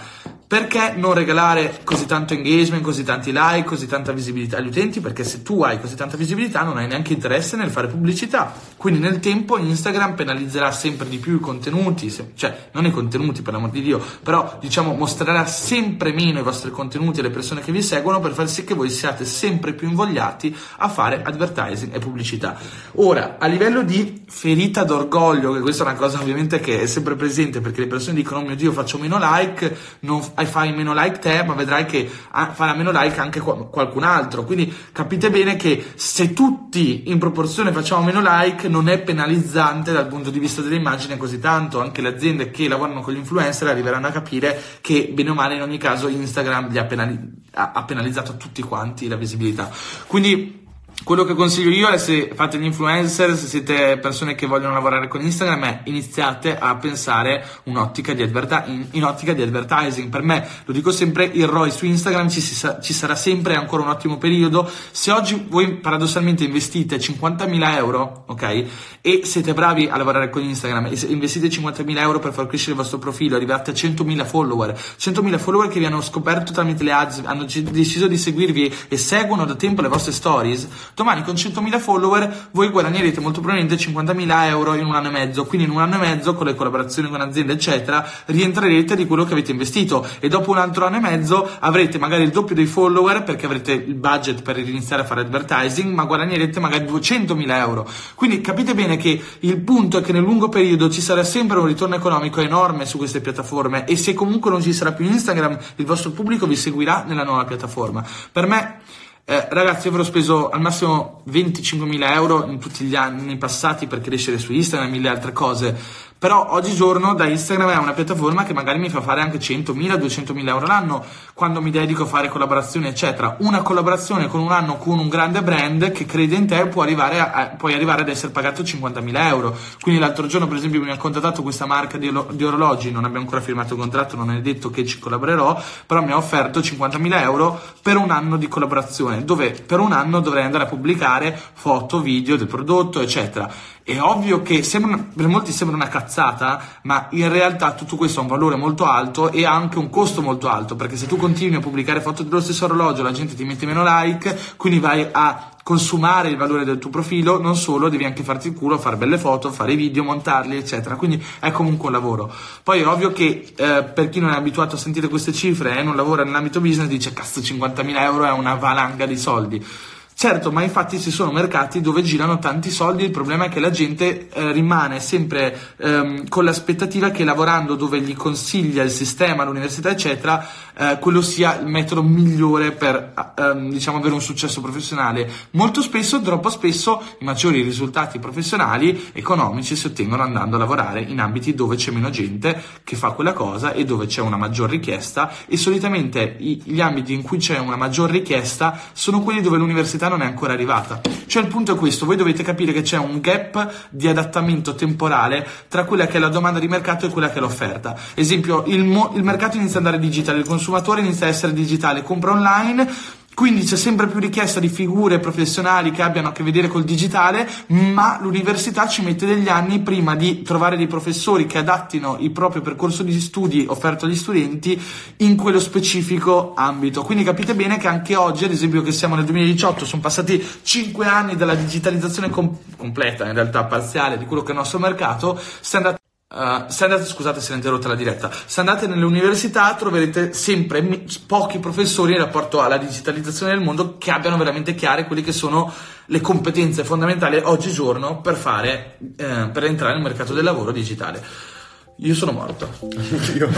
Perché non regalare così tanto engagement, così tanti like, così tanta visibilità agli utenti? Perché se tu hai così tanta visibilità non hai neanche interesse nel fare pubblicità. Quindi nel tempo Instagram penalizzerà sempre di più i contenuti, se, cioè non i contenuti per l'amor di Dio, però diciamo mostrerà sempre meno i vostri contenuti alle persone che vi seguono per far sì che voi siate sempre più invogliati a fare advertising e pubblicità. Ora, a livello di ferita d'orgoglio, che questa è una cosa ovviamente che è sempre presente perché le persone dicono oh mio Dio faccio meno like, non fai meno like te, ma vedrai che farà meno like anche qualcun altro. Quindi capite bene che se tutti in proporzione facciamo meno like non è penalizzante dal punto di vista dell'immagine così tanto. Anche le aziende che lavorano con gli influencer arriveranno a capire che bene o male in ogni caso Instagram gli ha, penali- ha penalizzato a tutti quanti la visibilità. Quindi quello che consiglio io è, se fate gli influencer, se siete persone che vogliono lavorare con Instagram, è iniziate a pensare un'ottica di adverti- in, in ottica di advertising. Per me, lo dico sempre, il R O I su Instagram ci, si sa- ci sarà sempre, è ancora un ottimo periodo. Se oggi voi paradossalmente investite cinquantamila euro, ok, e siete bravi a lavorare con Instagram e investite cinquantamila euro per far crescere il vostro profilo, arrivate a centomila follower, centomila follower che vi hanno scoperto tramite le ads, hanno g- deciso di seguirvi e seguono da tempo le vostre stories, domani con centomila follower voi guadagnerete molto probabilmente cinquantamila euro in un anno e mezzo. Quindi in un anno e mezzo, con le collaborazioni con aziende eccetera, rientrerete di quello che avete investito, e dopo un altro anno e mezzo avrete magari il doppio dei follower perché avrete il budget per iniziare a fare advertising, ma guadagnerete magari duecentomila euro. Quindi capite bene che il punto è che nel lungo periodo ci sarà sempre un ritorno economico enorme su queste piattaforme, e se comunque non ci sarà più Instagram, il vostro pubblico vi seguirà nella nuova piattaforma. Per me Eh, ragazzi, io avrò speso al massimo venticinquemila euro in tutti gli anni passati per crescere su Instagram e mille altre cose, però oggigiorno da Instagram è una piattaforma che magari mi fa fare anche centomila duecentomila euro l'anno quando mi dedico a fare collaborazioni eccetera. Una collaborazione con un anno con un grande brand che crede in te può arrivare, a, a, puoi arrivare ad essere pagato cinquantamila euro. Quindi l'altro giorno per esempio mi ha contattato questa marca di, di orologi, non abbiamo ancora firmato il contratto, non è detto che ci collaborerò, però mi ha offerto cinquantamila euro per un anno di collaborazione, dove per un anno dovrei andare a pubblicare foto, video del prodotto eccetera. È ovvio che sembra, per molti sembra una cazzata, ma in realtà tutto questo ha un valore molto alto e ha anche un costo molto alto, perché se tu continui a pubblicare foto dello stesso orologio la gente ti mette meno like, quindi vai a consumare il valore del tuo profilo. Non solo, devi anche farti il culo, fare belle foto, fare video, montarli eccetera, quindi è comunque un lavoro. Poi è ovvio che eh, per chi non è abituato a sentire queste cifre e eh, non lavora nell'ambito business dice cazzo, cinquantamila euro è una valanga di soldi. Certo, ma infatti ci sono mercati dove girano tanti soldi. Il problema è che la gente eh, rimane sempre ehm, con l'aspettativa che lavorando dove gli consiglia il sistema, l'università eccetera, eh, quello sia il metodo migliore per ehm, diciamo avere un successo professionale. Molto spesso, troppo spesso, i maggiori risultati professionali economici si ottengono andando a lavorare in ambiti dove c'è meno gente che fa quella cosa e dove c'è una maggior richiesta, e solitamente i, gli ambiti in cui c'è una maggior richiesta sono quelli dove l'università non è ancora arrivata. Cioè il punto è questo: voi dovete capire che c'è un gap di adattamento temporale tra quella che è la domanda di mercato e quella che è l'offerta. Esempio, il, mo- il mercato inizia ad andare digitale, il consumatore inizia a essere digitale, compra online, quindi c'è sempre più richiesta di figure professionali che abbiano a che vedere col digitale, ma l'università ci mette degli anni prima di trovare dei professori che adattino il proprio percorso di studi offerto agli studenti in quello specifico ambito. Quindi capite bene che anche oggi, ad esempio che siamo nel duemiladiciotto, sono passati cinque anni dalla digitalizzazione com- completa, in realtà parziale, di quello che è il nostro mercato. Se andate Uh, se andate, scusate se ne è interrotta la diretta, se andate nelle università troverete sempre mi- pochi professori in rapporto alla digitalizzazione del mondo che abbiano veramente chiare quelle che sono le competenze fondamentali oggigiorno per fare eh, per entrare nel mercato del lavoro digitale. Io sono morto.
Io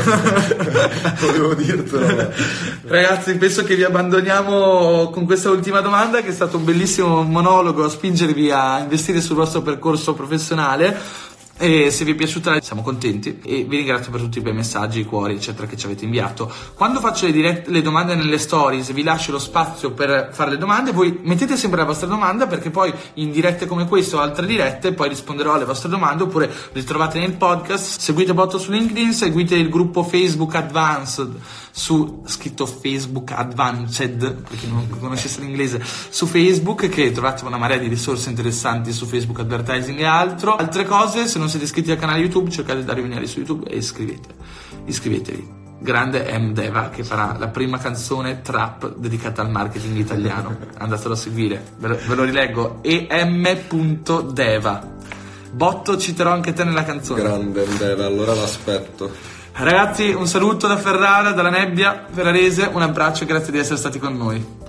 volevo dirtelo.
Ragazzi, penso che vi abbandoniamo con questa ultima domanda, che è stato un bellissimo monologo a spingervi a investire sul vostro percorso professionale. E se vi è piaciuta siamo contenti e vi ringrazio per tutti i bei messaggi, i cuori eccetera che ci avete inviato. Quando faccio le, dirette, le domande nelle stories vi lascio lo spazio per fare le domande, voi mettete sempre la vostra domanda, perché poi in dirette come questo o altre dirette poi risponderò alle vostre domande, oppure le trovate nel podcast. Seguite Botto su LinkedIn, seguite il gruppo Facebook Advanced su scritto Facebook Advanced, perché non conoscesse l'inglese, su Facebook, che trovate una marea di risorse interessanti su Facebook Advertising e altro. Altre cose, se non siete iscritti al canale YouTube cercate di andare a venire su YouTube e iscrivete iscrivetevi. grande M Deva, che farà la prima canzone trap dedicata al marketing italiano. Andatelo a seguire, ve lo, ve lo rileggo, em.deva. Botto, citerò anche te nella canzone.
Grande M Deva, allora l'aspetto.
Ragazzi, un saluto da Ferrara, dalla nebbia ferrarese, un abbraccio e grazie di essere stati con noi.